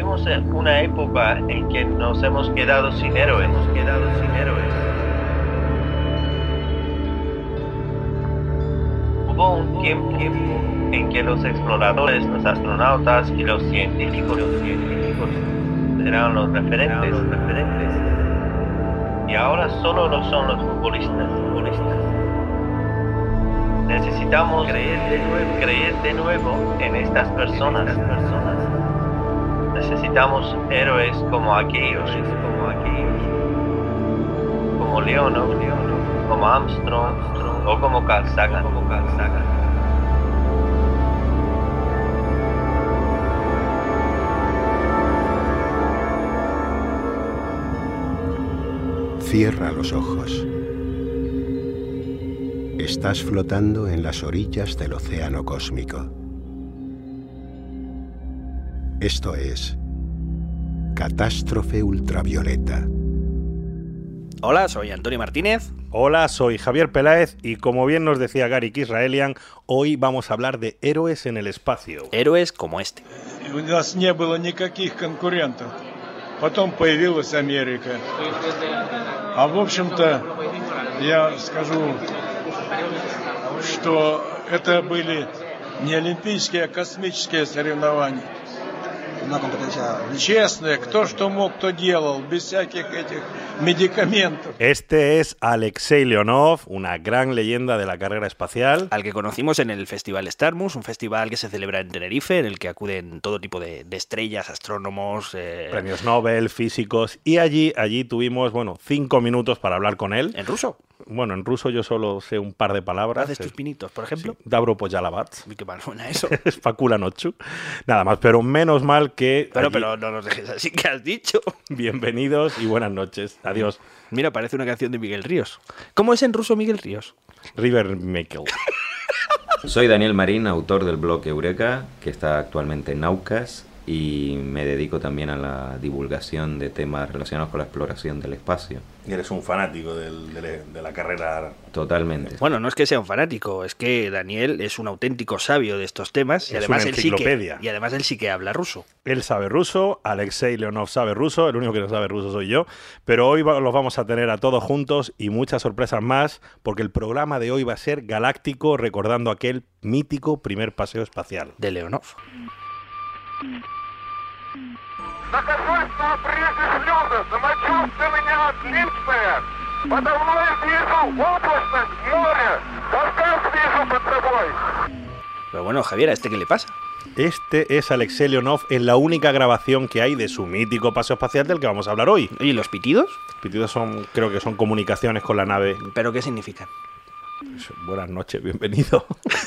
Vivimos en una época en que nos hemos quedado sin héroes. Hubo un tiempo en que los exploradores, los astronautas y los científicos eran los referentes. Y ahora solo lo son los futbolistas. Necesitamos creer de nuevo en estas personas. Necesitamos héroes como aquellos, como Leonov, como Armstrong o como Carl Sagan. Cierra los ojos. Estás flotando en las orillas del océano cósmico. Esto es Catástrofe Ultravioleta. Hola, soy Antonio Martínez. Hola, soy Javier Peláez y como bien nos decía Gary Israelian, hoy vamos a hablar de héroes en el espacio. Héroes como este. У нас не было никаких конкурентов. Потом появилась Америка. А в общем-то, я скажу, что это были не олимпийские, а космические соревнования. Una competencia честная, кто что мог, кто делал, без всяких этих medicamentos. Este es Alexei Leonov, una gran leyenda de la carrera espacial. Al que conocimos en el Festival Starmus, un festival que se celebra en Tenerife, en el que acuden todo tipo de estrellas, astrónomos... Premios Nobel, físicos, y allí tuvimos, 5 minutos para hablar con él. ¿En ruso? Bueno, en ruso yo solo sé un par de palabras. ¿Haces tus pinitos, por ejemplo? Sí. Dabro Poyalabat. Qué mal suena eso. Spakula Nochu. Nada más, pero menos mal que... Pero no nos dejes así que has dicho. Bienvenidos y buenas noches. Adiós. Mira, parece una canción de Miguel Ríos. ¿Cómo es en ruso Miguel Ríos? River Michael. Soy Daniel Marín, autor del blog Eureka, que está actualmente en Naucas, y me dedico también a la divulgación de temas relacionados con la exploración del espacio. Y eres un fanático de la carrera. Totalmente. Bueno, no es que sea un fanático, es que Daniel es un auténtico sabio de estos temas y además él sí que habla ruso. Él sabe ruso, Alexei Leonov sabe ruso, el único que no sabe ruso soy yo, pero hoy los vamos a tener a todos juntos y muchas sorpresas más, porque el programa de hoy va a ser galáctico, recordando aquel mítico primer paseo espacial de Leonov. Доказательство прежних слезов, самочувствование отличное, потому я вижу облачность, море, Кавказ вижу под собой. Pero bueno, Javier, ¿a este qué le pasa? Este es Alexei Leonov en la única grabación que hay de su mítico paseo espacial del que vamos a hablar hoy. ¿Y los pitidos? Los pitidos creo que son comunicaciones con la nave. ¿Pero qué significan? Buenas noches, bienvenido.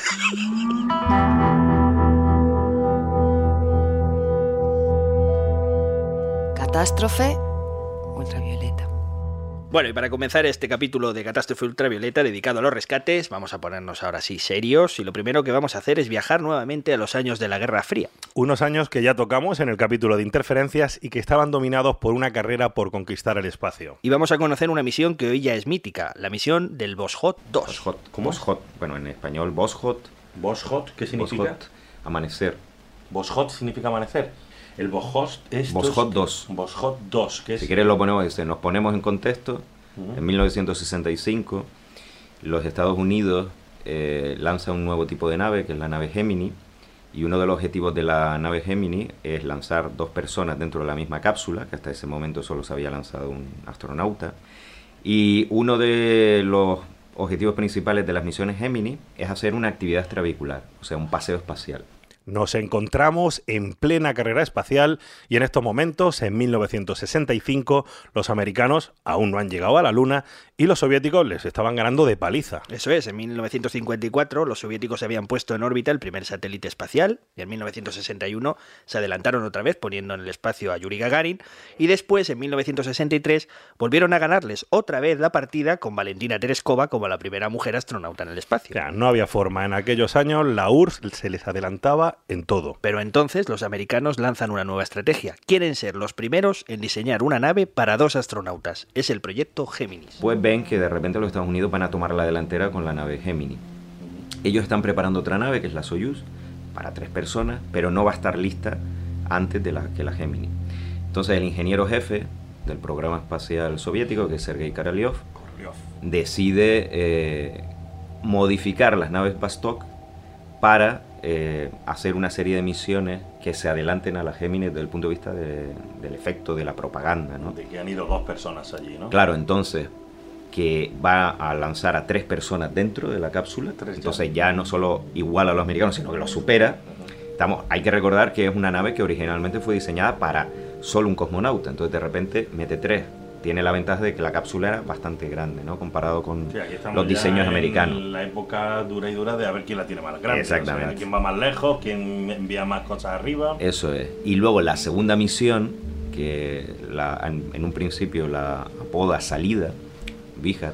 Catástrofe Ultravioleta. Bueno, y para comenzar este capítulo de Catástrofe Ultravioleta dedicado a los rescates, vamos a ponernos ahora sí serios y lo primero que vamos a hacer es viajar nuevamente a los años de la Guerra Fría. Unos años que ya tocamos en el capítulo de interferencias y que estaban dominados por una carrera por conquistar el espacio. Y vamos a conocer una misión que hoy ya es mítica, la misión del Voskhod 2. Voskhod, ¿cómo? Voskhod, bueno, en español Voskhod. ¿Voskhod qué significa? Voskhod, amanecer. Voskhod significa amanecer. El Voskhod es... Voskhod 2. Voskhod 2, ¿qué es? Si quieres lo ponemos, nos ponemos en contexto. En 1965 los Estados Unidos lanzan un nuevo tipo de nave, que es la nave Gemini, y uno de los objetivos de la nave Gemini es lanzar 2 personas dentro de la misma cápsula, que hasta ese momento solo se había lanzado un astronauta, y uno de los objetivos principales de las misiones Gemini es hacer una actividad extravehicular, o sea, un paseo espacial. Nos encontramos en plena carrera espacial y en estos momentos, en 1965, los americanos aún no han llegado a la Luna y los soviéticos les estaban ganando de paliza. Eso es, en 1954 los soviéticos habían puesto en órbita el primer satélite espacial y en 1961 se adelantaron otra vez poniendo en el espacio a Yuri Gagarin y después, en 1963, volvieron a ganarles otra vez la partida con Valentina Tereskova como la primera mujer astronauta en el espacio. O sea, no había forma. En aquellos años la URSS se les adelantaba en todo. Pero entonces los americanos lanzan una nueva estrategia. Quieren ser los primeros en diseñar una nave para 2 astronautas. Es el proyecto Géminis. Pues ven que de repente los Estados Unidos van a tomar la delantera con la nave Gemini. Ellos están preparando otra nave, que es la Soyuz, para 3 personas, pero no va a estar lista antes de que la Gemini. Entonces el ingeniero jefe del programa espacial soviético, que es Sergei Korolev, decide modificar las naves Vostok para hacer una serie de misiones que se adelanten a la Gemini desde el punto de vista del efecto de la propaganda, ¿no? De que han ido 2 personas allí, ¿no? Claro, entonces que va a lanzar a 3 personas dentro de la cápsula, entonces ya no solo igual a los americanos, sino que los supera. Hay que recordar que es una nave que originalmente fue diseñada para solo un cosmonauta, entonces de repente mete 3. Tiene la ventaja de que la cápsula era bastante grande, ¿no? Comparado con los diseños americanos. En la época dura y dura de a ver quién la tiene más grande. Exactamente. O sea, quién va más lejos, quién envía más cosas arriba. Eso es. Y luego la segunda misión, que en un principio la apoda Salida, Vijat,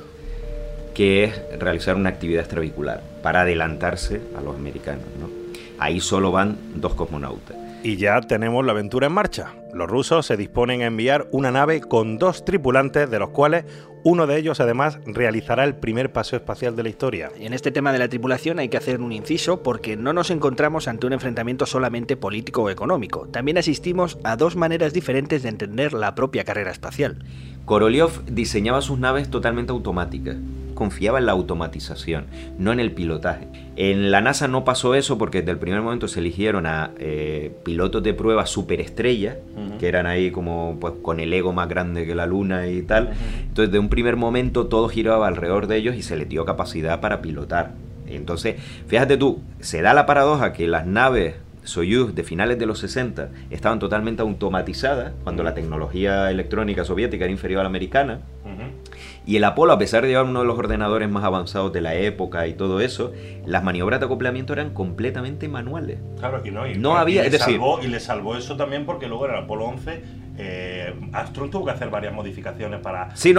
que es realizar una actividad extravehicular para adelantarse a los americanos, ¿no? Ahí solo van 2 cosmonautas. Y ya tenemos la aventura en marcha. Los rusos se disponen a enviar una nave con 2 tripulantes, de los cuales uno de ellos además realizará el primer paseo espacial de la historia. En este tema de la tripulación hay que hacer un inciso porque no nos encontramos ante un enfrentamiento solamente político o económico. También asistimos a 2 maneras diferentes de entender la propia carrera espacial. Korolev diseñaba sus naves totalmente automáticas. Confiaba en la automatización, no en el pilotaje. En la NASA no pasó eso porque desde el primer momento se eligieron a pilotos de prueba superestrellas, que eran ahí como pues con el ego más grande que la luna y tal. Entonces de un primer momento todo giraba alrededor de ellos y se les dio capacidad para pilotar. Entonces, fíjate tú, se da la paradoja que las naves Soyuz de finales de los 60 estaban totalmente automatizadas cuando la tecnología electrónica soviética era inferior a la americana. Y el Apolo, a pesar de llevar uno de los ordenadores más avanzados de la época y todo eso, las maniobras de acoplamiento eran completamente manuales. Claro que no. No había, es decir, y le salvó eso también porque luego en el Apolo 11 Armstrong tuvo que hacer varias modificaciones para... Sí,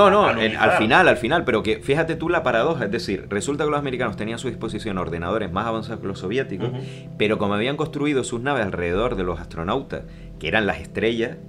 al final, pero que fíjate tú la paradoja, es decir, resulta que los americanos tenían a su disposición ordenadores más avanzados que los soviéticos, pero como habían construido sus naves alrededor de los astronautas, que eran las estrellas,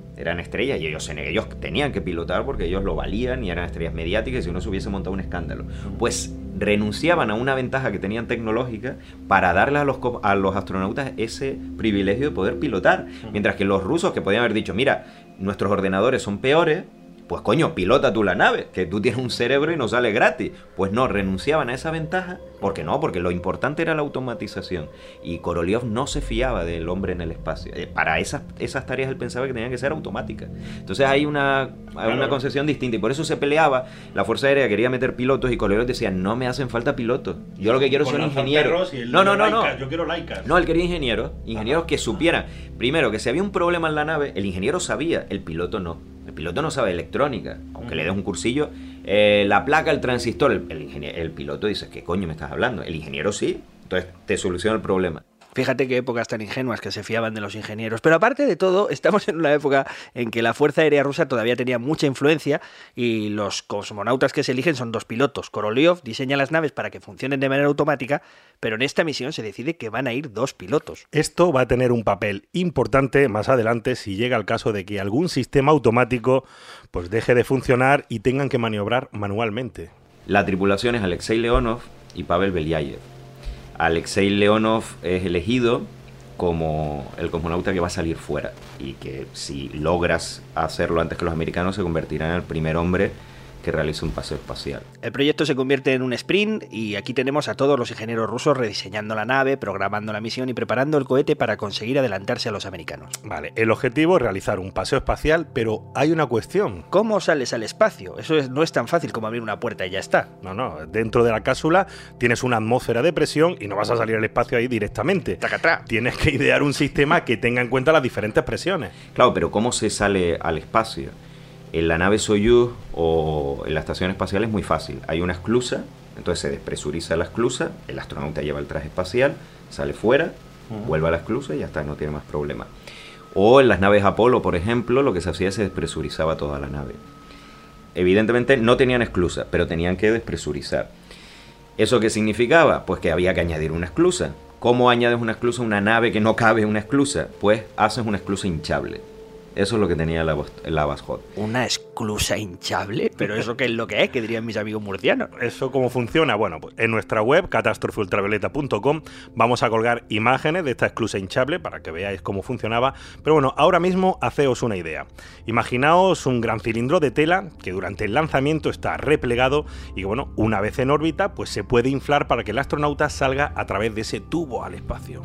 y ellos tenían que pilotar porque ellos lo valían y eran estrellas mediáticas y si no se hubiese montado un escándalo. Pues renunciaban a una ventaja que tenían tecnológica para darle a los astronautas ese privilegio de poder pilotar. Mientras que los rusos, que podían haber dicho, mira, nuestros ordenadores son peores, pues coño, pilota tú la nave, que tú tienes un cerebro y no sale gratis. Pues no, renunciaban a esa ventaja, porque lo importante era la automatización. Y Korolev no se fiaba del hombre en el espacio. Para esas tareas él pensaba que tenían que ser automáticas. Entonces hay una concepción distinta, y por eso se peleaba. La Fuerza Aérea quería meter pilotos y Korolev decía, no me hacen falta pilotos. Yo lo que quiero son ingenieros. No. Yo quiero laicas. No, él quería ingenieros que supieran. Primero, que si había un problema en la nave, el ingeniero sabía, el piloto no. El piloto no sabe electrónica, aunque le des un cursillo. La placa, el transistor, el piloto dice, ¿qué coño me estás hablando? El ingeniero sí, entonces te soluciona el problema. Fíjate qué épocas tan ingenuas que se fiaban de los ingenieros. Pero aparte de todo, estamos en una época en que la Fuerza Aérea Rusa todavía tenía mucha influencia y los cosmonautas que se eligen son 2 pilotos. Korolev diseña las naves para que funcionen de manera automática, pero en esta misión se decide que van a ir 2 pilotos. Esto va a tener un papel importante más adelante si llega el caso de que algún sistema automático pues deje de funcionar y tengan que maniobrar manualmente. La tripulación es Alexei Leonov y Pavel Belyayev. Alexei Leonov es elegido como el cosmonauta que va a salir fuera y que si logras hacerlo antes que los americanos se convertirá en el primer hombre que realiza un paseo espacial. El proyecto se convierte en un sprint y aquí tenemos a todos los ingenieros rusos rediseñando la nave, programando la misión y preparando el cohete para conseguir adelantarse a los americanos. Vale, el objetivo es realizar un paseo espacial, pero hay una cuestión. ¿Cómo sales al espacio? No es tan fácil como abrir una puerta y ya está. No, dentro de la cápsula tienes una atmósfera de presión y no vas a salir al espacio ahí directamente. ¡Tacatá! Tienes que idear un sistema que tenga en cuenta las diferentes presiones. Claro, pero ¿cómo se sale al espacio? En la nave Soyuz o en la estación espacial es muy fácil. Hay una esclusa, entonces se despresuriza la esclusa, el astronauta lleva el traje espacial, sale fuera, vuelve a la esclusa y ya está, no tiene más problema. O en las naves Apolo, por ejemplo, lo que se hacía es se despresurizaba toda la nave. Evidentemente no tenían esclusa, pero tenían que despresurizar. ¿Eso qué significaba? Pues que había que añadir una esclusa. ¿Cómo añades una esclusa a una nave que no cabe en una esclusa? Pues haces una esclusa hinchable. Eso es lo que tenía el Abbas-Hot. Una esclusa hinchable, pero ¿eso qué es lo que es? ¿Qué dirían mis amigos murcianos? ¿Eso cómo funciona? Bueno, pues en nuestra web, catastrofeultravioleta.com, vamos a colgar imágenes de esta esclusa hinchable para que veáis cómo funcionaba. Pero bueno, ahora mismo haceos una idea. Imaginaos un gran cilindro de tela que durante el lanzamiento está replegado y que, bueno, una vez en órbita, pues se puede inflar para que el astronauta salga a través de ese tubo al espacio.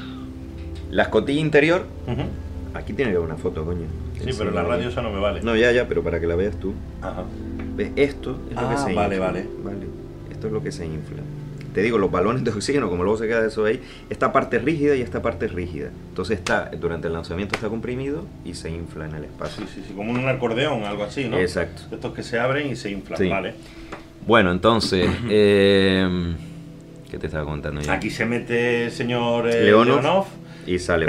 La escotilla interior... Aquí tiene que haber una foto, coño. Sí, pero en la radio eso no me vale. No, ya, pero para que la veas tú. Ajá. ¿Ves? Esto es lo que se infla. Vale. Esto es lo que se infla. Te digo, los balones de oxígeno, como luego se queda eso ahí, esta parte es rígida y esta parte es rígida. Entonces durante el lanzamiento está comprimido y se infla en el espacio. Sí, como un acordeón, algo así, ¿no? Exacto. Estos que se abren y se inflan, sí. Vale. Bueno, entonces, ¿qué te estaba contando yo? Aquí se mete el señor Leonov. Y sale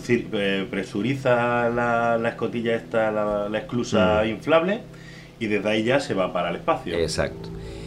presuriza la escotilla esta, la esclusa inflable, y desde ahí ya se va para el espacio. Exacto.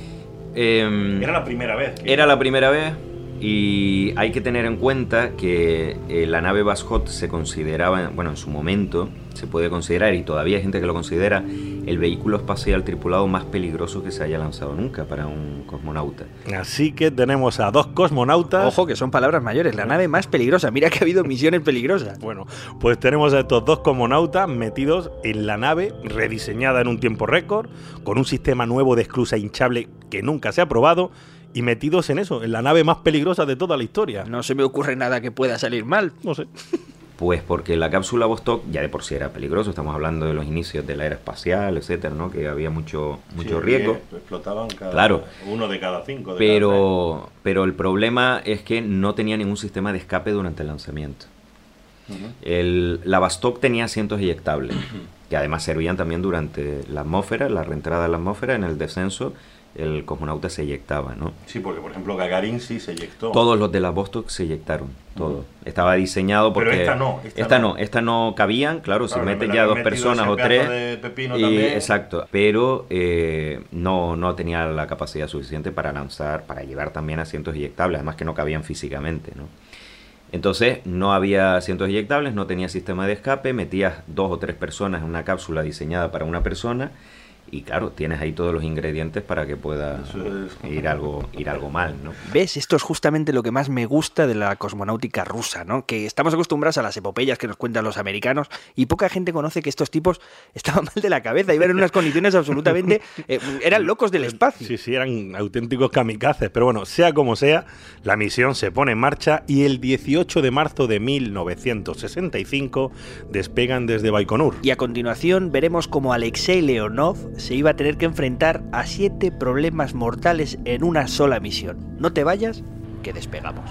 Era la primera vez. Era la primera vez, y hay que tener en cuenta que la nave Abbas-Hot se consideraba, bueno, en su momento se puede considerar, y todavía hay gente que lo considera, el vehículo espacial tripulado más peligroso que se haya lanzado nunca para un cosmonauta. Así que tenemos a 2 cosmonautas. Ojo, que son palabras mayores, la nave más peligrosa. Mira que ha habido misiones peligrosas. Bueno, pues tenemos a estos 2 cosmonautas metidos en la nave, rediseñada en un tiempo récord, con un sistema nuevo de esclusa hinchable que nunca se ha probado, y metidos en eso, en la nave más peligrosa de toda la historia. No se me ocurre nada que pueda salir mal. No sé. Pues porque la cápsula Vostok ya de por sí era peligroso. Estamos hablando de los inicios de la era espacial, etcétera, ¿no? Que había mucho riesgo. Explotaban uno de cada 5. Pero el problema es que no tenía ningún sistema de escape durante el lanzamiento. La Vostok tenía asientos eyectables, que además servían también durante la atmósfera, la reentrada de la atmósfera. En el descenso el cosmonauta se eyectaba, ¿no? Sí, porque por ejemplo Gagarin sí se eyectó. Todos los de la Vostok se eyectaron, todos. Estaba diseñado porque... Pero esta no cabían, claro, si meten ya 2 personas o 3. Exacto, pero no tenía la capacidad suficiente para lanzar, para llevar también asientos eyectables, además que no cabían físicamente, ¿no? Entonces no había asientos eyectables, no tenía sistema de escape, metías 2 o 3 personas en una cápsula diseñada para una persona. Y claro, tienes ahí todos los ingredientes para que pueda ir algo mal, ¿no? ¿Ves? Esto es justamente lo que más me gusta de la cosmonáutica rusa, ¿no? Que estamos acostumbrados a las epopeyas que nos cuentan los americanos y poca gente conoce que estos tipos estaban mal de la cabeza, iban en unas condiciones absolutamente... eran locos del espacio. Sí, eran auténticos kamikazes. Pero bueno, sea como sea, la misión se pone en marcha y el 18 de marzo de 1965 despegan desde Baikonur. Y a continuación veremos cómo Alexei Leonov se iba a tener que enfrentar a 7 problemas mortales en una sola misión. No te vayas, que despegamos.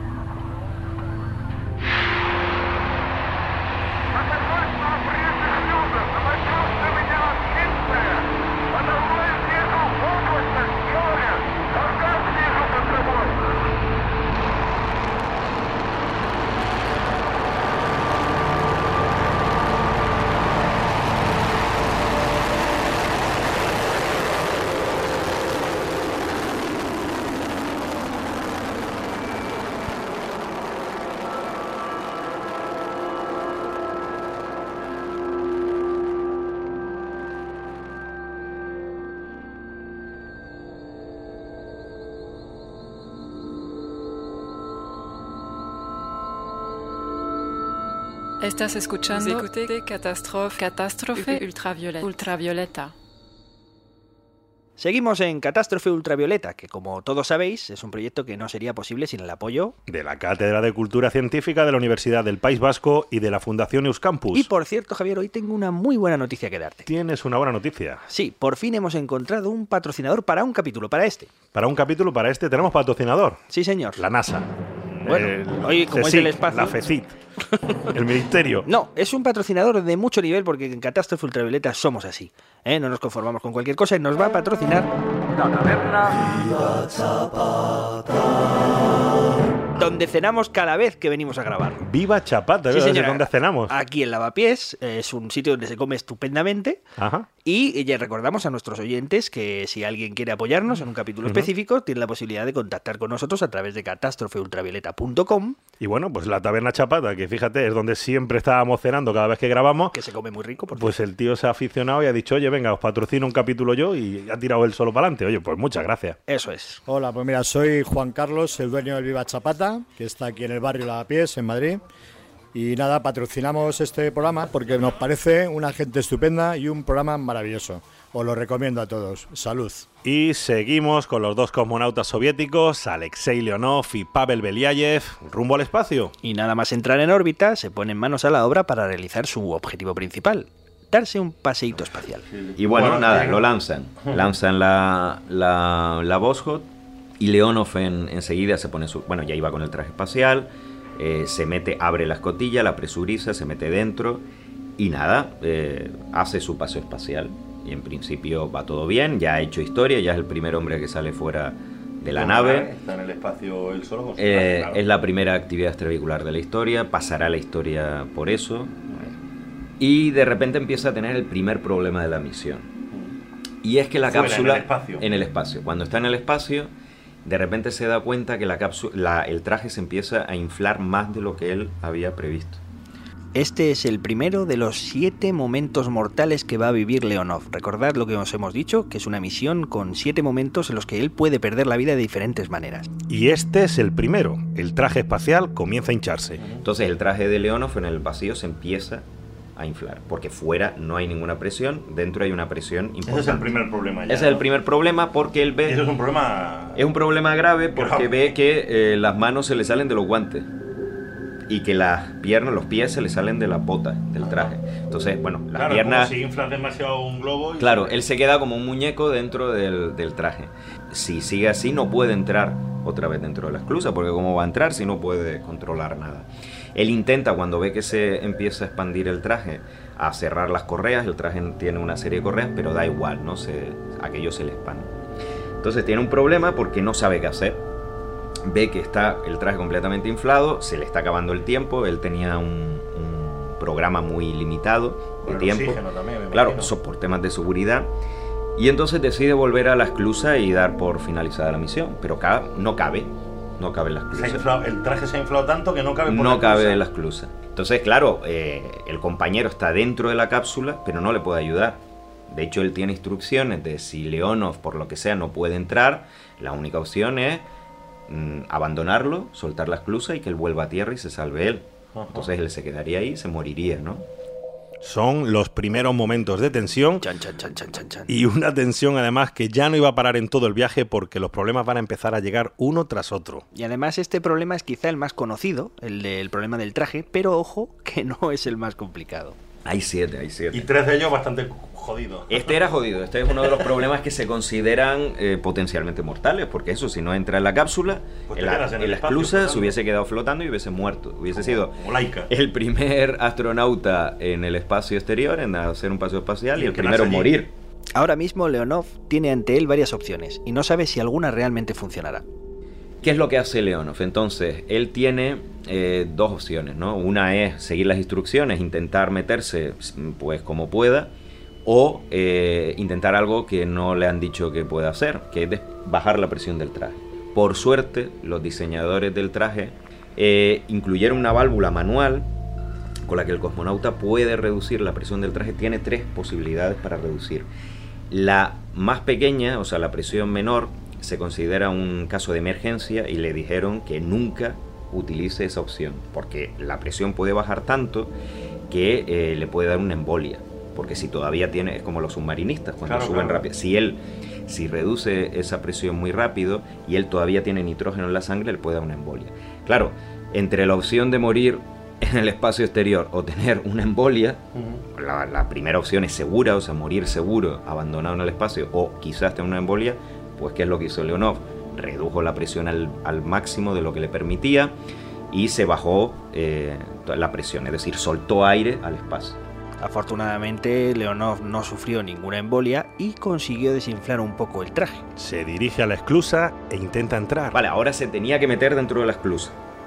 Estás escuchando Catástrofe Ultravioleta. Seguimos en Catástrofe Ultravioleta, que como todos sabéis es un proyecto que no sería posible sin el apoyo de la Cátedra de Cultura Científica de la Universidad del País Vasco y de la Fundación Euskampus. Y por cierto, Javier, hoy tengo una muy buena noticia que darte. ¿Tienes una buena noticia? Sí, por fin hemos encontrado un patrocinador para un capítulo, para este. ¿Para un capítulo, para este? ¿Tenemos patrocinador? Sí, señor. La NASA. Bueno, hoy como es el espacio... La FECIT. El Ministerio. No, es un patrocinador de mucho nivel porque en Catástrofe Ultravioleta somos así. No nos conformamos con cualquier cosa y nos va a patrocinar... La taberna. donde cenamos cada vez que venimos a grabar. ¡Viva Chapata! Sí, señora. ¿Dónde cenamos? Aquí en Lavapiés, es un sitio donde se come estupendamente. Ajá. Y ya recordamos a nuestros oyentes que si alguien quiere apoyarnos en un capítulo específico, tiene la posibilidad de contactar con nosotros a través de catástrofeultravioleta.com. Y bueno, pues la taberna Chapata, que fíjate, es donde siempre estábamos cenando cada vez que grabamos. Que se come muy rico. Pues el tío se ha aficionado y ha dicho, oye, venga, os patrocino un capítulo yo, y ha tirado él solo para adelante. Oye, pues muchas gracias. Eso es. Hola, pues mira, soy Juan Carlos, el dueño del Viva Chapata, que está aquí en el barrio Lavapiés, en Madrid. Y nada, patrocinamos este programa porque nos parece una gente estupenda y un programa maravilloso. Os lo recomiendo a todos. Salud. Y seguimos con los dos cosmonautas soviéticos, Alexei Leonov y Pavel Beliayev, rumbo al espacio. Y nada más entrar en órbita, se ponen manos a la obra para realizar su objetivo principal: darse un paseíto espacial. Y bueno, nada, lo lanzan. Lanzan la Voskhod y Leonov enseguida se pone su... Bueno, ya iba con el traje espacial, se mete, abre la escotilla, la presuriza, se mete dentro y nada, hace su paseo espacial. Y en principio va todo bien, ya ha hecho historia, ya es el primer hombre que sale fuera de la nave. Está en el espacio él solo. Claro. Es la primera actividad extravehicular de la historia, pasará la historia por eso. Y de repente empieza a tener el primer problema de la misión. Y es que la cápsula... En el espacio. Cuando está en el espacio, de repente se da cuenta que el traje se empieza a inflar más de lo que él había previsto. Este es el primero de los 7 momentos mortales que va a vivir Leonov. Recordad lo que os hemos dicho, que es una misión con 7 momentos en los que él puede perder la vida de diferentes maneras. Y este es el primero. El traje espacial comienza a hincharse. Entonces el traje de Leonov en el vacío se empieza a inflar, porque fuera no hay ninguna presión, dentro hay una presión importante. Ese es el primer problema ya, Ese es el primer problema porque él ve... Eso es un problema... Es un problema grave porque ve que las manos se le salen de los guantes y que las piernas, los pies se le salen de la bota del traje. Entonces, bueno, las piernas... Como si inflas demasiado un globo... Claro, él se queda como un muñeco dentro del traje. Si sigue así, no puede entrar otra vez dentro de la esclusa, porque ¿cómo va a entrar si no puede controlar nada? Él intenta, cuando ve que se empieza a expandir el traje, a cerrar las correas. El traje tiene una serie de correas, pero da igual, ¿no? Aquello se le expande. Entonces tiene un problema porque no sabe qué hacer. Ve que está el traje completamente inflado, se le está acabando el tiempo. Él tenía un programa muy limitado de tiempo. También, claro, por temas de seguridad. Y entonces decide volver a la esclusa y dar por finalizada la misión. Pero no cabe en la esclusa. El traje se ha inflado tanto que no cabe por No cabe en la esclusa. Entonces, claro, el compañero está dentro de la cápsula, pero no le puede ayudar. De hecho, él tiene instrucciones de si Leonov, por lo que sea, no puede entrar, la única opción es abandonarlo, soltar la esclusa y que él vuelva a tierra y se salve él. Entonces él se quedaría ahí y se moriría, ¿no? Son los primeros momentos de tensión. Chan, chan, chan, chan, chan, chan. Y una tensión además que ya no iba a parar en todo el viaje porque los problemas van a empezar a llegar uno tras otro. Y además este problema es quizá el más conocido, el del problema del traje, pero ojo que no es el más complicado. Hay 7. Y 3 de ellos bastante jodidos. Este era jodido. Este es uno de los problemas que se consideran potencialmente mortales, porque eso, si no entra en la cápsula, pues en la esclusa se hubiese quedado flotando y hubiese muerto. Hubiese sido el primer astronauta en el espacio exterior en hacer un paseo espacial y el primero en morir. Ahora mismo Leonov tiene ante él varias opciones y no sabe si alguna realmente funcionará. ¿Qué es lo que hace Leonov? Entonces, él tiene 2 opciones, ¿no? Una es seguir las instrucciones, intentar meterse pues como pueda, o intentar algo que no le han dicho que pueda hacer, que es bajar la presión del traje. Por suerte, los diseñadores del traje incluyeron una válvula manual con la que el cosmonauta puede reducir la presión del traje. Tiene 3 posibilidades para reducir. La más pequeña, o sea, la presión menor, se considera un caso de emergencia y le dijeron que nunca utilice esa opción, porque la presión puede bajar tanto que le puede dar una embolia, porque si todavía tiene, es como los submarinistas cuando suben rápido, si reduce esa presión muy rápido y él todavía tiene nitrógeno en la sangre, le puede dar una embolia. Claro, entre la opción de morir en el espacio exterior o tener una embolia, la primera opción es segura, o sea, morir seguro, abandonado en el espacio, o quizás tener una embolia. Pues ¿qué es lo que hizo Leonov? Redujo la presión al máximo de lo que le permitía y se bajó la presión, es decir, soltó aire al espacio. Afortunadamente, Leonov no sufrió ninguna embolia y consiguió desinflar un poco el traje. Se dirige a la esclusa e intenta entrar. Vale, ahora se tenía que meter dentro de la esclusa.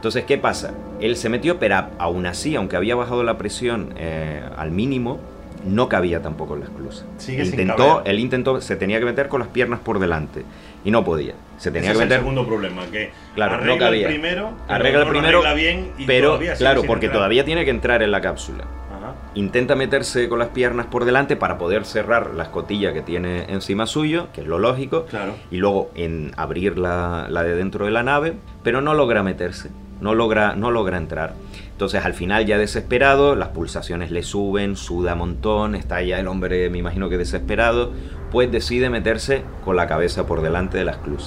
Entonces, ¿qué pasa? Él se metió, pero aún así, aunque había bajado la presión al mínimo, no cabía tampoco en la esclusa. Él intentó, se tenía que meter con las piernas por delante y no podía. Se tenía que meter. Es el segundo problema, que claro, no cabía. Arregla el primero, pero claro, porque todavía tiene que entrar en la cápsula. Ajá. Intenta meterse con las piernas por delante para poder cerrar la escotilla que tiene encima suyo, que es lo lógico, claro. Y luego abrir la de dentro de la nave, pero no logra meterse. No logra entrar. Entonces, al final, ya desesperado, las pulsaciones le suben, suda un montón, está ya el hombre, me imagino que desesperado, pues decide meterse con la cabeza por delante de la esclusa.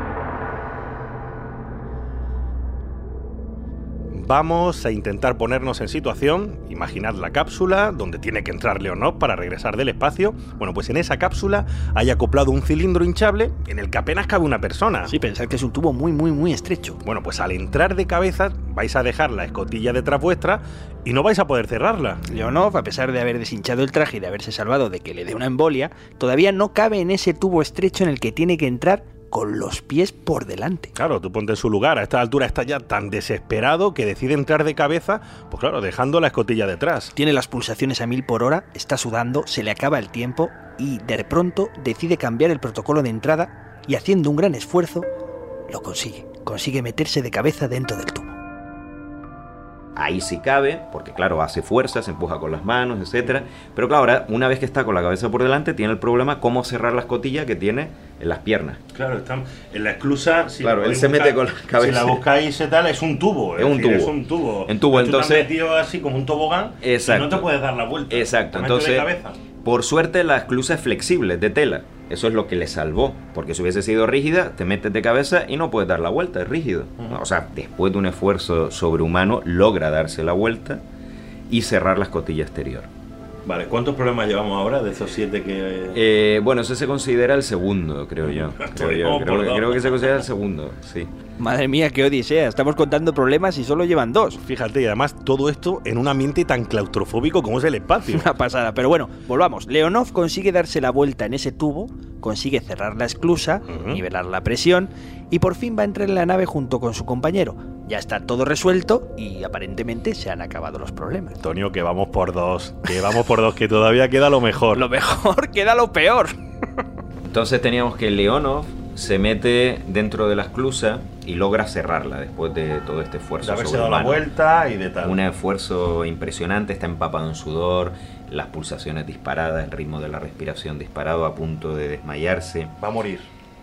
Vamos a intentar ponernos en situación. Imaginad la cápsula donde tiene que entrar Leonov para regresar del espacio. Bueno, pues en esa cápsula hay acoplado un cilindro hinchable en el que apenas cabe una persona. Sí, pensad que es un tubo muy, muy, muy estrecho. Bueno, pues al entrar de cabeza vais a dejar la escotilla detrás vuestra y no vais a poder cerrarla. Leonov, a pesar de haber deshinchado el traje y de haberse salvado de que le dé una embolia, todavía no cabe en ese tubo estrecho en el que tiene que entrar con los pies por delante. Claro, tú ponte en su lugar. A esta altura está ya tan desesperado que decide entrar de cabeza, pues claro, dejando la escotilla detrás. Tiene las pulsaciones a 1000 por hora, está sudando, se le acaba el tiempo y de pronto decide cambiar el protocolo de entrada y haciendo un gran esfuerzo, lo consigue. Consigue meterse de cabeza dentro del tubo. Ahí sí cabe, porque claro, hace fuerza, se empuja con las manos, etcétera. Pero claro, ahora, una vez que está con la cabeza por delante, tiene el problema cómo cerrar la escotilla que tiene en las piernas. Claro, está en la esclusa. Si claro, él se mete con la cabeza. Si la buscáis y tal, es un tubo. Es un tubo. En tubo, entonces. Tú te has metido así como un tobogán. Exacto. Y no te puedes dar la vuelta. Exacto, entonces. Por suerte, la esclusa es flexible, de tela. Eso es lo que le salvó, porque si hubiese sido rígida, te metes de cabeza y no puedes dar la vuelta, es rígido. O sea, después de un esfuerzo sobrehumano, logra darse la vuelta y cerrar la escotilla exterior. Vale, ¿cuántos problemas llevamos ahora de esos 7 que...? Bueno, ese se considera el segundo, creo yo. Creo que se considera el segundo, sí. Madre mía, qué odisea. Estamos contando problemas y solo llevan 2. Fíjate, y además todo esto en un ambiente tan claustrofóbico como es el espacio. Una pasada. Pero bueno, volvamos. Leonov consigue darse la vuelta en ese tubo, consigue cerrar la esclusa, nivelar la presión y por fin va a entrar en la nave junto con su compañero. Ya está todo resuelto y aparentemente se han acabado los problemas. Antonio, que vamos por 2. Que todavía queda lo mejor. Lo mejor queda lo peor. Entonces teníamos que Leonov se mete dentro de la esclusa y logra cerrarla después de todo este esfuerzo. De haberse dado la vuelta y de tal. Un esfuerzo impresionante, está empapado en sudor, las pulsaciones disparadas, el ritmo de la respiración disparado, a punto de desmayarse. Va a morir.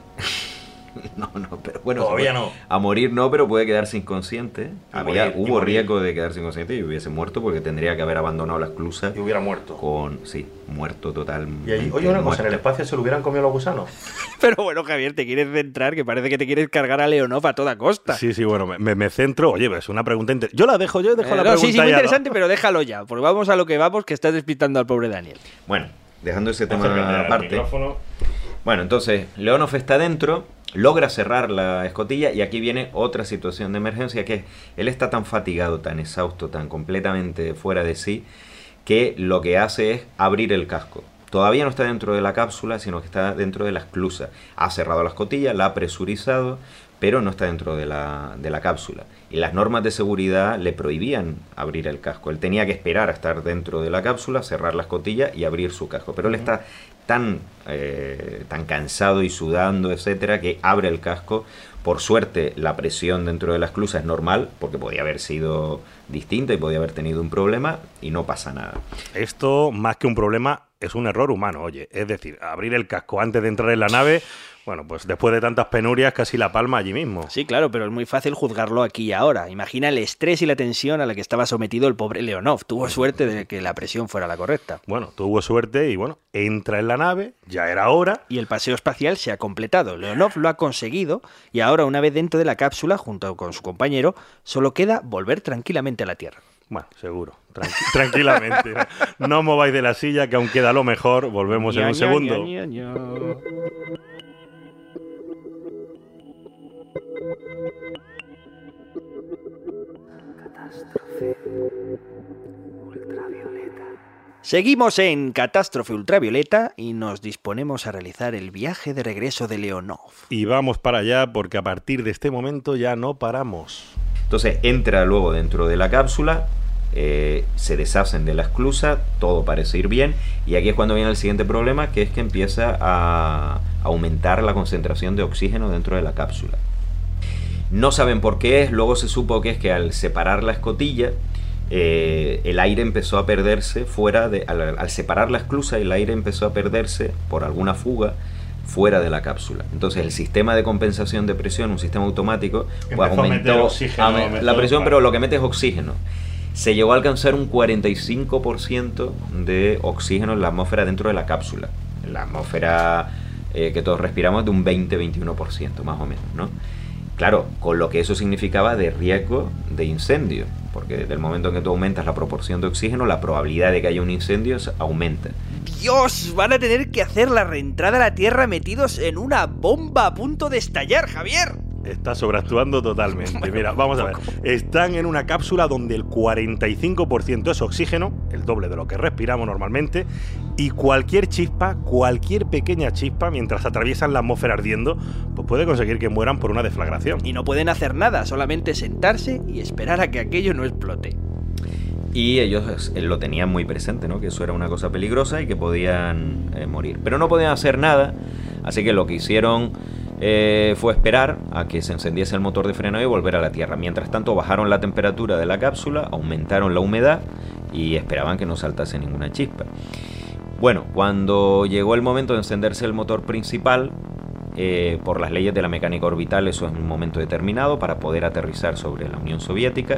No, pero bueno, todavía no. A morir no, pero puede quedarse inconsciente. Hubo riesgo de quedarse inconsciente y hubiese muerto porque tendría que haber abandonado la esclusa. Y hubiera muerto. Sí, muerto totalmente. Y allí, oye, una cosa, ¿en el espacio se lo hubieran comido los gusanos? Pero bueno, Javier, te quieres centrar, que parece que te quieres cargar a Leonov a toda costa. Sí, bueno, me centro. Oye, es una pregunta yo la dejo la pregunta. Sí, muy interesante, pero déjalo ya, porque vamos a lo que vamos, que estás despistando al pobre Daniel. Bueno, dejando ese tema aparte. Bueno, entonces, Leonov está dentro, logra cerrar la escotilla y aquí viene otra situación de emergencia, que es, él está tan fatigado, tan exhausto, tan completamente fuera de sí, que lo que hace es abrir el casco. Todavía no está dentro de la cápsula, sino que está dentro de la esclusa. Ha cerrado la escotilla, la ha presurizado, pero no está dentro de la cápsula. Y las normas de seguridad le prohibían abrir el casco. Él tenía que esperar a estar dentro de la cápsula, cerrar la escotilla y abrir su casco. Pero él está tan cansado y sudando, etcétera, que abre el casco. Por suerte, la presión dentro de la esclusa es normal, porque podía haber sido distinta y podía haber tenido un problema, y no pasa nada. Esto, más que un problema, es un error humano, oye. Es decir, abrir el casco antes de entrar en la nave... Bueno, pues después de tantas penurias, casi la palma allí mismo. Sí, claro, pero es muy fácil juzgarlo aquí y ahora. Imagina el estrés y la tensión a la que estaba sometido el pobre Leonov. Tuvo suerte de que la presión fuera la correcta. Bueno, tuvo suerte y bueno, entra en la nave, ya era hora. Y el paseo espacial se ha completado. Leonov lo ha conseguido y ahora, una vez dentro de la cápsula, junto con su compañero, solo queda volver tranquilamente a la Tierra. Bueno, seguro. Tranquilamente. No mováis de la silla, que aún queda lo mejor. Volvemos en un segundo. Catástrofe ultravioleta. Seguimos en Catástrofe Ultravioleta y nos disponemos a realizar el viaje de regreso de Leonov. Y vamos para allá porque a partir de este momento ya no paramos. Entonces entra luego dentro de la cápsula, se deshacen de la esclusa, todo parece ir bien, y aquí es cuando viene el siguiente problema, que es que empieza a aumentar la concentración de oxígeno dentro de la cápsula. No saben por qué es, luego se supo que es que al separar la escotilla, el aire empezó a perderse al separar la esclusa, el aire empezó a perderse por alguna fuga fuera de la cápsula. Entonces el sistema de compensación de presión, un sistema automático, pues aumentó la presión, pero lo que mete es oxígeno. Se llegó a alcanzar un 45% de oxígeno en la atmósfera dentro de la cápsula. En la atmósfera que todos respiramos es de un 20-21% más o menos, ¿no? Claro, con lo que eso significaba de riesgo de incendio, porque desde el momento en que tú aumentas la proporción de oxígeno, la probabilidad de que haya un incendio aumenta. ¡Dios! Van a tener que hacer la reentrada a la Tierra metidos en una bomba a punto de estallar, Javier. Está sobreactuando totalmente. Mira, vamos a ver. Están en una cápsula donde el 45% es oxígeno, el doble de lo que respiramos normalmente, y cualquier chispa, cualquier pequeña chispa, mientras atraviesan la atmósfera ardiendo, pues puede conseguir que mueran por una deflagración. Y no pueden hacer nada, solamente sentarse y esperar a que aquello no explote. Y ellos lo tenían muy presente, ¿no? Que eso era una cosa peligrosa y que podían morir. Pero no podían hacer nada, así que lo que hicieron fue esperar a que se encendiese el motor de freno y volver a la Tierra. Mientras tanto bajaron la temperatura de la cápsula, aumentaron la humedad y esperaban que no saltase ninguna chispa. Bueno, cuando llegó el momento de encenderse el motor principal, por las leyes de la mecánica orbital eso es un momento determinado para poder aterrizar sobre la Unión Soviética,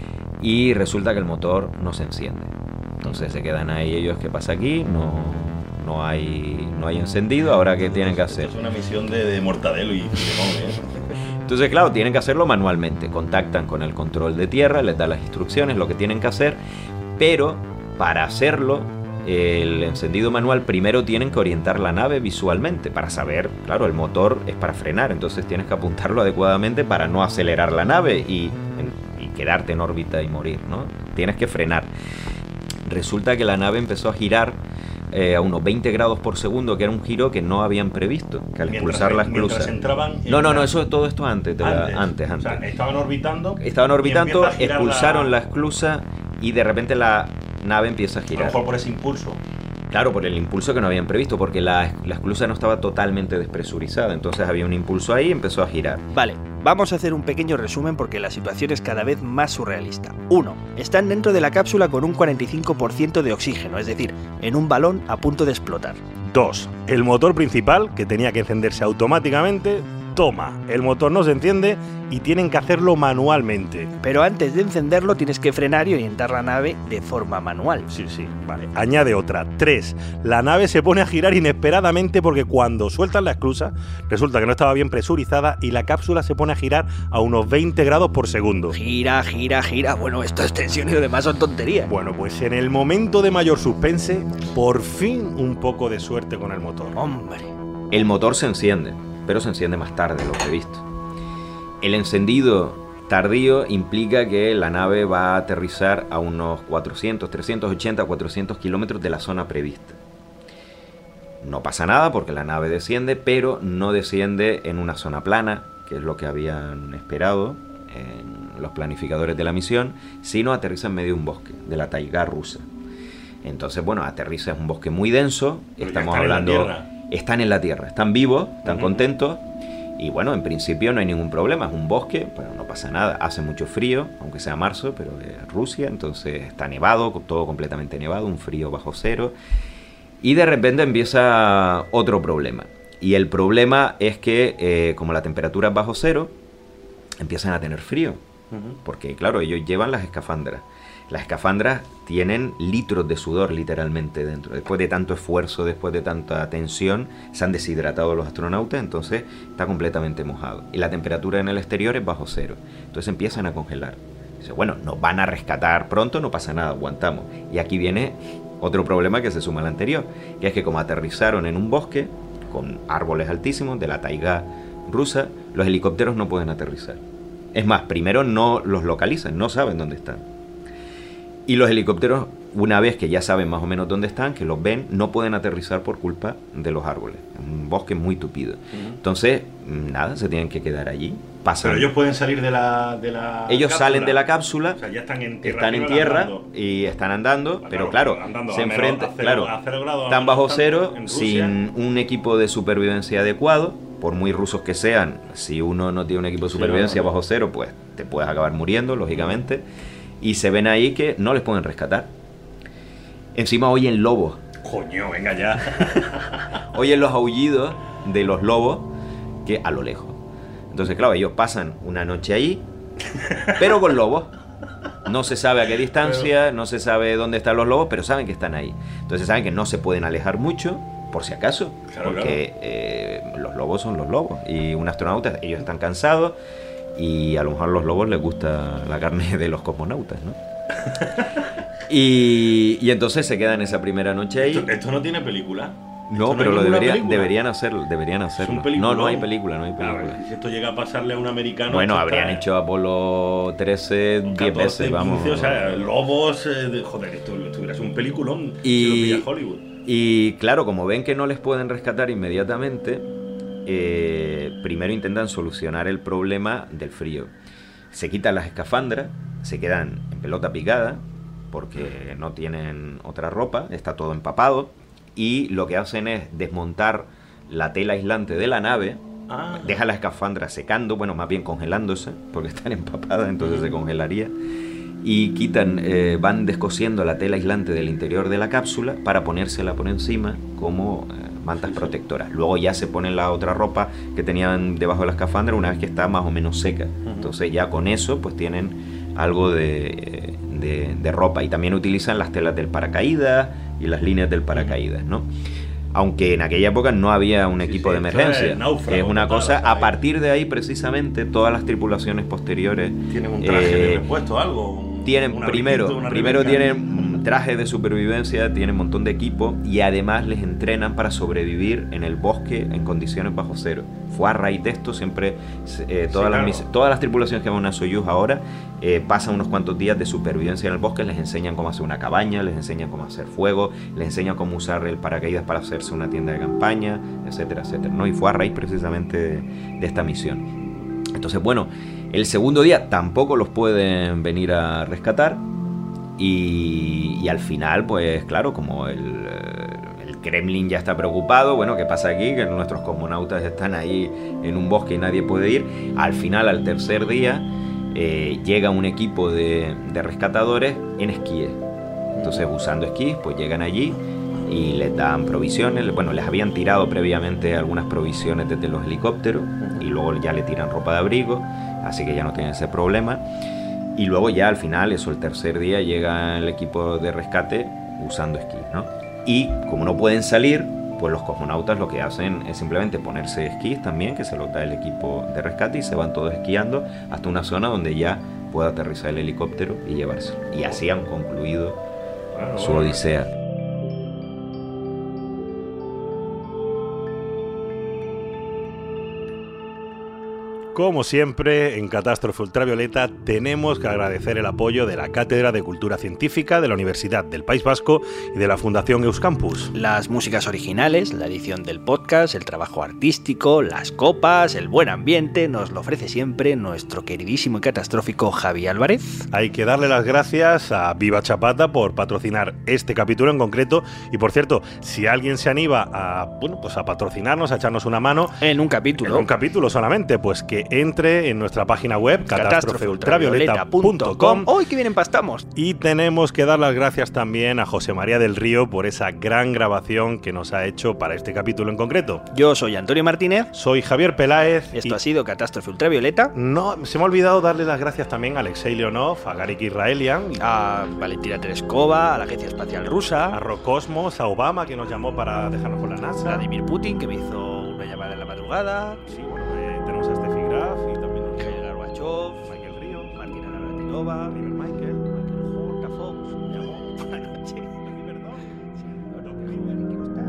y resulta que el motor no se enciende. Entonces se quedan ahí ellos, ¿qué pasa aquí? No hay encendido, ¿ahora qué tienen que hacer? Es una misión de Mortadelo y Filemón, Entonces, claro, tienen que hacerlo manualmente. Contactan con el control de tierra, les da las instrucciones, lo que tienen que hacer, pero para hacerlo, el encendido manual, primero tienen que orientar la nave visualmente para saber, claro, el motor es para frenar, entonces tienes que apuntarlo adecuadamente para no acelerar la nave y quedarte en órbita y morir, ¿no? Tienes que frenar. Resulta que la nave empezó a girar a unos 20 grados por segundo, que era un giro que no habían previsto, que al expulsar la esclusa... todo esto antes. O sea, estaban orbitando, expulsaron la esclusa y de repente la nave empieza a girar. A lo mejor por ese impulso. Claro, por el impulso que no habían previsto, porque la esclusa no estaba totalmente despresurizada, entonces había un impulso ahí y empezó a girar. Vale, vamos a hacer un pequeño resumen porque la situación es cada vez más surrealista. 1. Están dentro de la cápsula con un 45% de oxígeno, es decir, en un balón a punto de explotar. 2. El motor principal, que tenía que encenderse automáticamente, el motor no se enciende y tienen que hacerlo manualmente. Pero antes de encenderlo tienes que frenar y orientar la nave de forma manual. Sí, vale. Añade otra. 3. La nave se pone a girar inesperadamente porque cuando sueltan la esclusa resulta que no estaba bien presurizada y la cápsula se pone a girar a unos 20 grados por segundo. Gira. Bueno, esto es tensión y lo demás son tonterías. Bueno, pues en el momento de mayor suspense, por fin un poco de suerte con el motor. ¡Hombre! El motor se enciende, pero se enciende más tarde de lo previsto. El encendido tardío implica que la nave va a aterrizar a unos 380, 400 kilómetros de la zona prevista. No pasa nada porque la nave desciende, pero no desciende en una zona plana, que es lo que habían esperado en los planificadores de la misión, sino aterriza en medio de un bosque, de la taigá rusa. Entonces, bueno, aterriza en un bosque muy denso, estamos hablando... Están en la Tierra, están vivos, están contentos y bueno, en principio no hay ningún problema, es un bosque, pero no pasa nada, hace mucho frío, aunque sea marzo, pero es Rusia, entonces está nevado, todo completamente nevado, un frío bajo cero y de repente empieza otro problema y el problema es que como la temperatura es bajo cero, empiezan a tener frío, porque claro, ellos llevan las escafandras. Las escafandras tienen litros de sudor literalmente dentro. Después de tanto esfuerzo, después de tanta tensión, se han deshidratado los astronautas, entonces está completamente mojado. Y la temperatura en el exterior es bajo cero. Entonces empiezan a congelar. Dice, bueno, nos van a rescatar pronto, no pasa nada, aguantamos. Y aquí viene otro problema que se suma al anterior, que es que como aterrizaron en un bosque con árboles altísimos de la taigá rusa, los helicópteros no pueden aterrizar. Es más, primero no los localizan, no saben dónde están. Y los helicópteros, una vez que ya saben más o menos dónde están, que los ven, no pueden aterrizar por culpa de los árboles. Un bosque muy tupido. Entonces, nada, se tienen que quedar allí. Pasan. Pero ellos pueden salir de la ellos cápsula. Salen de la cápsula, O sea, ya están en tierra y están andando, pero claro, se enfrentan, están bajo cero, sin un equipo de supervivencia adecuado. Por muy rusos que sean, si uno no tiene un equipo de supervivencia bajo cero, pues te puedes acabar muriendo, lógicamente. Y se ven ahí que no les pueden rescatar. Encima oyen lobos. Coño, venga ya. Oyen los aullidos de los lobos que a lo lejos. Entonces, claro, ellos pasan una noche ahí, pero con lobos. No se sabe a qué distancia, no se sabe dónde están los lobos, pero saben que están ahí. Entonces saben que no se pueden alejar mucho, por si acaso, porque los lobos son los lobos. Y un astronauta, ellos están cansados y a lo mejor a los lobos les gusta la carne de los cosmonautas, ¿no? y entonces se quedan esa primera noche ahí. ¿Esto no tiene película? No, pero lo deberían hacerlo. No hay película. Si esto llega a pasarle a un americano... Bueno, habrían hecho Apolo 13 10 veces, vamos. 15, o sea, lobos... joder, esto hubiera sido un peliculón si lo pilla Hollywood. Y claro, como ven que no les pueden rescatar inmediatamente, primero intentan solucionar el problema del frío. Se quitan las escafandras, se quedan en pelota picada, porque no tienen otra ropa, está todo empapado. Y lo que hacen es desmontar la tela aislante de la nave, dejan la escafandra secando, bueno, más bien congelándose, porque están empapadas, entonces se congelaría, y van descosiendo la tela aislante del interior de la cápsula para ponérsela por encima como mantas protectoras. Luego ya se ponen la otra ropa que tenían debajo de la escafandra una vez que está más o menos seca. Entonces ya con eso pues tienen algo de ropa, y también utilizan las telas del paracaídas y las líneas del paracaídas, ¿no? Aunque en aquella época no había un equipo de emergencia. Es una cosa, a partir de ahí precisamente todas las tripulaciones posteriores tienen un traje de repuesto, algo. Primero tienen traje de supervivencia, tienen un montón de equipo y además les entrenan para sobrevivir en el bosque en condiciones bajo cero. Fue a raíz de esto, siempre todas las tripulaciones que van a Soyuz ahora pasan unos cuantos días de supervivencia en el bosque, les enseñan cómo hacer una cabaña, les enseñan cómo hacer fuego, les enseñan cómo usar el paracaídas para hacerse una tienda de campaña, etcétera, etcétera, ¿no? Y fue a raíz precisamente de esta misión. Entonces, bueno, el segundo día tampoco los pueden venir a rescatar y al final, pues claro, como el Kremlin ya está preocupado, bueno, ¿qué pasa aquí? Que nuestros cosmonautas están ahí en un bosque y nadie puede ir. Al final, al tercer día, llega un equipo de rescatadores en esquíes. Entonces, usando esquís, pues llegan allí y les dan provisiones. Bueno, les habían tirado previamente algunas provisiones desde los helicópteros y luego ya le tiran ropa de abrigo, así que ya no tienen ese problema. Y luego ya al final, el tercer día, llega el equipo de rescate usando esquís, ¿no? Y como no pueden salir, pues los cosmonautas lo que hacen es simplemente ponerse esquís también, que se los da el equipo de rescate, y se van todos esquiando hasta una zona donde ya pueda aterrizar el helicóptero y llevárselo. Y así han concluido su odisea. Como siempre, en Catástrofe Ultravioleta tenemos que agradecer el apoyo de la Cátedra de Cultura Científica de la Universidad del País Vasco y de la Fundación Euskampus. Las músicas originales, la edición del podcast, el trabajo artístico, las copas, el buen ambiente, nos lo ofrece siempre nuestro queridísimo y catastrófico Javi Álvarez. Hay que darle las gracias a Viva Chapata por patrocinar este capítulo en concreto. Y por cierto, si alguien se anima a patrocinarnos, a echarnos una mano en un capítulo solamente, pues que entre en nuestra página web catástrofeultravioleta.com. ¡Uy, qué bien empastamos! Y tenemos que dar las gracias también a José María del Río por esa gran grabación que nos ha hecho para este capítulo en concreto. Yo soy Antonio Martínez. Soy Javier Peláez. Esto ha sido Catástrofe Ultravioleta. No, se me ha olvidado darle las gracias también a Alexei Leonov, a Garik Israelian, a Valentina Tereskova, a la Agencia Espacial Rusa, a Roscosmos, a Obama, que nos llamó para dejarnos con la NASA, a Vladimir Putin, que me hizo una llamada en la madrugada. Sí, bueno, tenemos a Steffi Graf y también Mikhail Gorbachev, Michael Ríos, Martina Navratilova, River Michael Jorka Fox, me llamó por la noche. ¿Verdad? Sí, no, que quiero estar.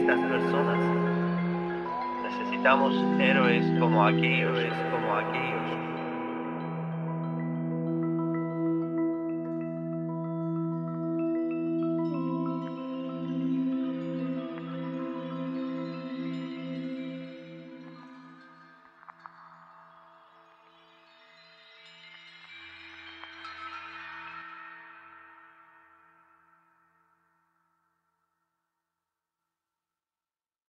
estas personas. Necesitamos héroes como aquellos,